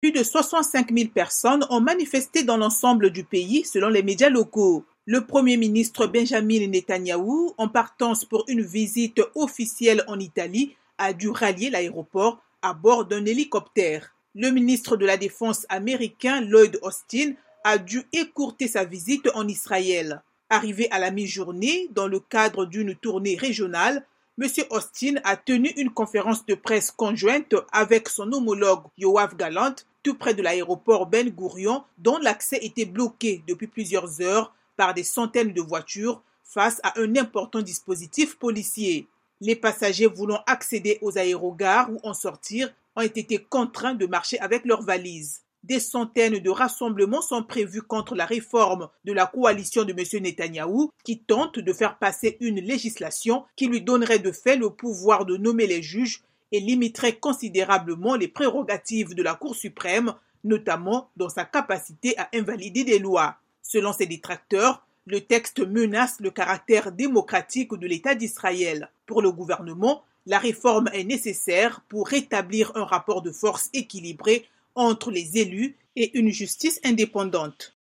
Plus de 65 000 personnes ont manifesté dans l'ensemble du pays, selon les médias locaux. Le Premier ministre Benjamin Netanyahou, en partance pour une visite officielle en Italie, a dû rallier l'aéroport à bord d'un hélicoptère. Le ministre de la Défense américain Lloyd Austin a dû écourter sa visite en Israël. Arrivé à la mi-journée, dans le cadre d'une tournée régionale, M. Austin a tenu une conférence de presse conjointe avec son homologue Yoav Gallant, tout près de l'aéroport Ben Gourion, dont l'accès était bloqué depuis plusieurs heures par des centaines de voitures face à un important dispositif policier. Les passagers voulant accéder aux aérogares ou en sortir ont été contraints de marcher avec leurs valises. Des centaines de rassemblements sont prévus contre la réforme de la coalition de M. Netanyahou qui tente de faire passer une législation qui lui donnerait de fait le pouvoir de nommer les juges et limiterait considérablement les prérogatives de la Cour suprême, notamment dans sa capacité à invalider des lois. Selon ses détracteurs, le texte menace le caractère démocratique de l'État d'Israël. Pour le gouvernement, la réforme est nécessaire pour rétablir un rapport de force équilibré entre les élus et une justice indépendante.